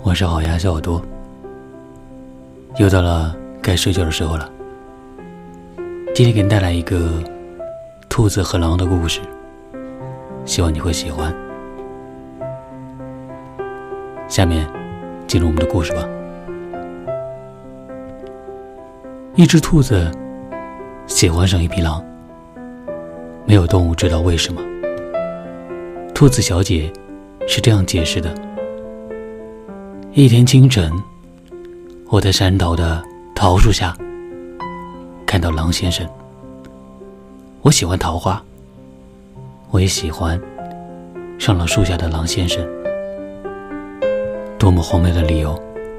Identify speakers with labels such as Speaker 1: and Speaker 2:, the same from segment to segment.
Speaker 1: 晚上好呀，小耳朵，又到了该睡觉的时候了。今天给你带来一个兔子和狼的故事，希望你会喜欢。下面进入我们的故事吧。一只兔子喜欢上一匹狼，没有动物知道为什么。兔子小姐是这样解释的：一天清晨，我在山头的桃树下看到狼先生。我喜欢桃花，我也喜欢上了树下的狼先生。多么荒谬的理由！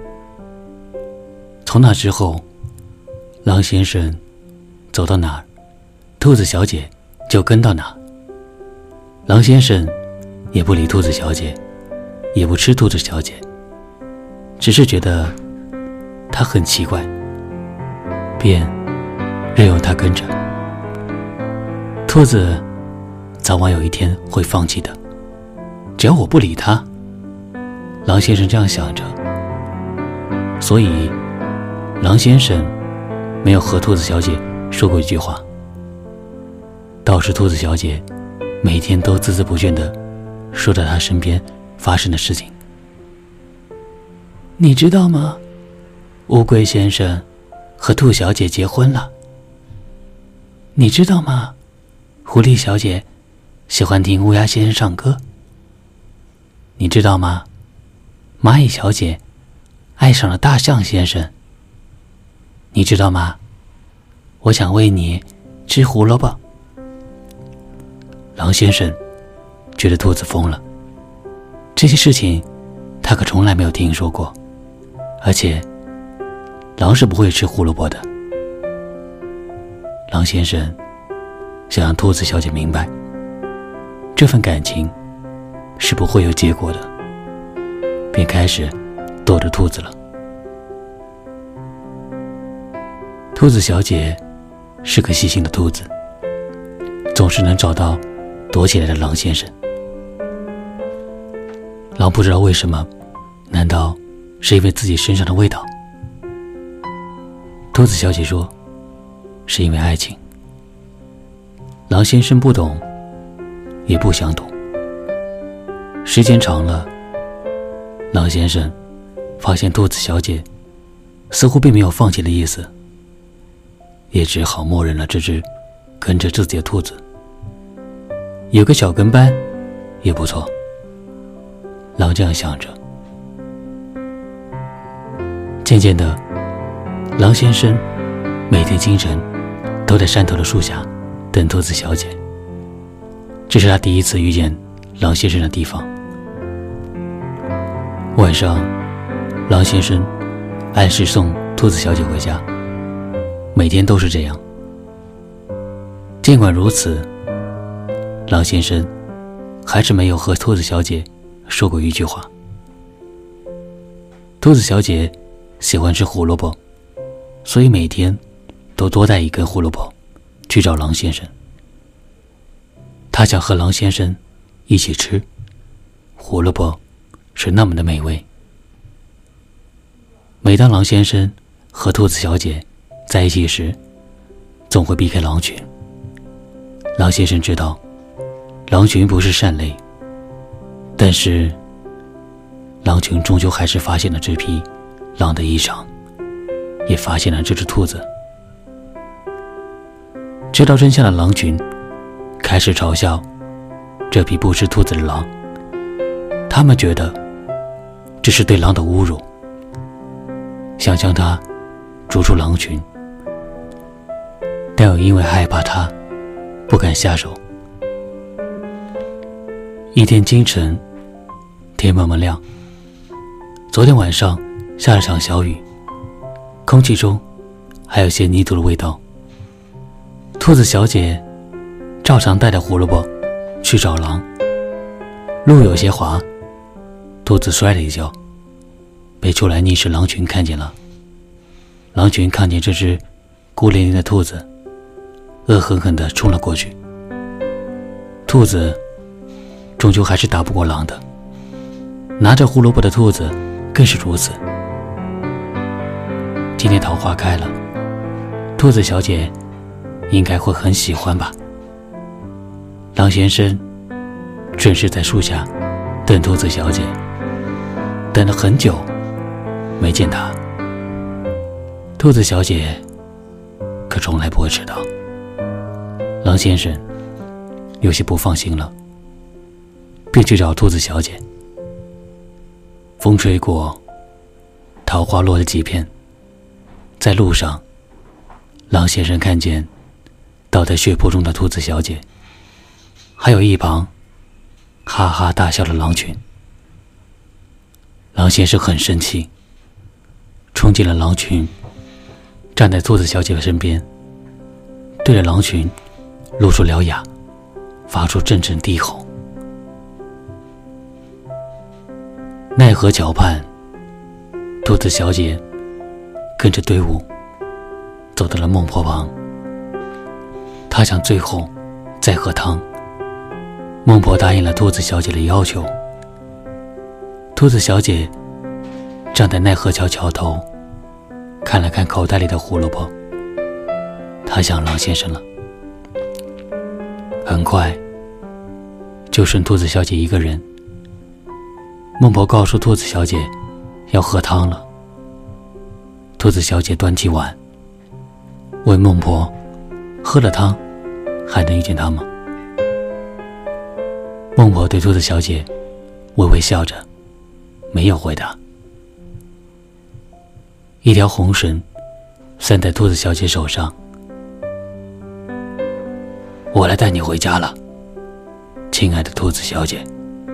Speaker 1: 从那之后，狼先生走到哪儿，兔子小姐就跟到哪儿。狼先生也不理兔子小姐，也不吃兔子小姐，只是觉得她很奇怪，便任由她跟着。兔子早晚有一天会放弃的，只要我不理她。狼先生这样想着，所以狼先生没有和兔子小姐说过一句话，倒是兔子小姐每天都孜孜不倦地说着她身边发生的事情。你知道吗？乌龟先生和兔小姐结婚了。你知道吗？狐狸小姐喜欢听乌鸦先生唱歌。你知道吗？蚂蚁小姐爱上了大象先生。你知道吗？我想喂你吃胡萝卜。狼先生觉得兔子疯了，这些事情他可从来没有听说过，而且狼是不会吃胡萝卜的。狼先生想让兔子小姐明白，这份感情是不会有结果的，便开始逗着兔子了。兔子小姐是个细心的兔子，总是能找到躲起来的狼先生。狼不知道为什么，难道是因为自己身上的味道？兔子小姐说，是因为爱情。狼先生不懂，也不想懂。时间长了，狼先生发现兔子小姐似乎并没有放弃的意思，也只好默认了这只跟着自己的兔子。有个小跟班也不错，狼这样想着。渐渐的，狼先生每天清晨都在山头的树下等兔子小姐，这是他第一次遇见狼先生的地方。晚上，狼先生按时送兔子小姐回家，每天都是这样。尽管如此，狼先生还是没有和兔子小姐说过一句话。兔子小姐喜欢吃胡萝卜，所以每天都多带一根胡萝卜去找狼先生。她想和狼先生一起吃，胡萝卜是那么的美味。每当狼先生和兔子小姐在一起时，总会避开狼群。狼先生知道狼群不是善类，但是狼群终究还是发现了这匹狼的异常，也发现了这只兔子。知道真相的狼群开始嘲笑这匹不吃兔子的狼，他们觉得这是对狼的侮辱，想将它逐出狼群，但又因为害怕它不敢下手。一天清晨，天蒙蒙亮，昨天晚上下了场小雨，空气中还有些泥土的味道。兔子小姐照常带着胡萝卜去找狼，路有些滑，兔子摔了一跤，被出来觅食狼群看见了。狼群看见这只孤零零的兔子，恶狠狠地冲了过去。兔子终究还是打不过狼的，拿着胡萝卜的兔子更是如此。今天桃花开了，兔子小姐应该会很喜欢吧。狼先生准是在树下等兔子小姐，等了很久没见她。兔子小姐可从来不会迟到。狼先生有些不放心了，便去找兔子小姐。风吹过，桃花落了几片。在路上，狼先生看见倒在血泊中的兔子小姐，还有一旁哈哈大笑的狼群。狼先生很生气，冲进了狼群，站在兔子小姐的身边，对着狼群露出獠牙，发出阵阵低吼。奈何桥畔，兔子小姐跟着队伍走到了孟婆旁，她想最后再喝汤。孟婆答应了兔子小姐的要求。兔子小姐站在奈何桥桥头，看了看口袋里的胡萝卜，她想狼先生了。很快就剩兔子小姐一个人。孟婆告诉兔子小姐要喝汤了。兔子小姐端起碗，问孟婆喝了汤还能遇见他吗？孟婆对兔子小姐微微笑着，没有回答。一条红绳拴在兔子小姐手上，我来带你回家了，亲爱的兔子小姐。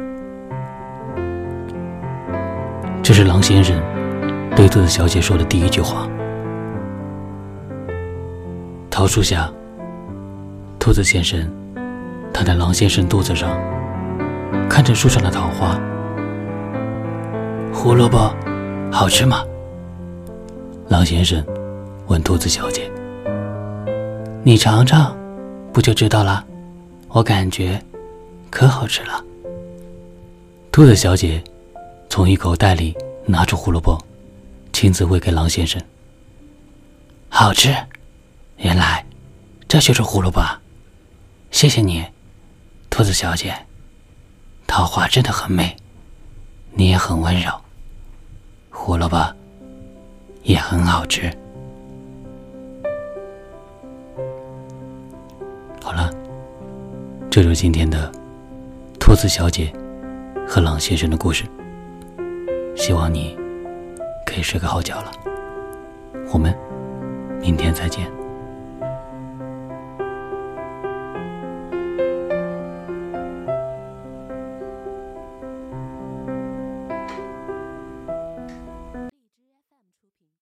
Speaker 1: 这是狼先生对兔子小姐说的第一句话。桃树下，兔子先生躺在狼先生肚子上，看着树上的桃花。胡萝卜好吃吗？狼先生问兔子小姐。你尝尝不就知道了，我感觉可好吃了。兔子小姐从一口袋里拿出胡萝卜，亲自喂给狼先生。好吃，原来这就是胡萝卜。谢谢你，兔子小姐。桃花真的很美，你也很温柔，胡萝卜也很好吃。好了，这就是今天的兔子小姐和狼先生的故事。希望你可以睡个好觉了，我们明天再见。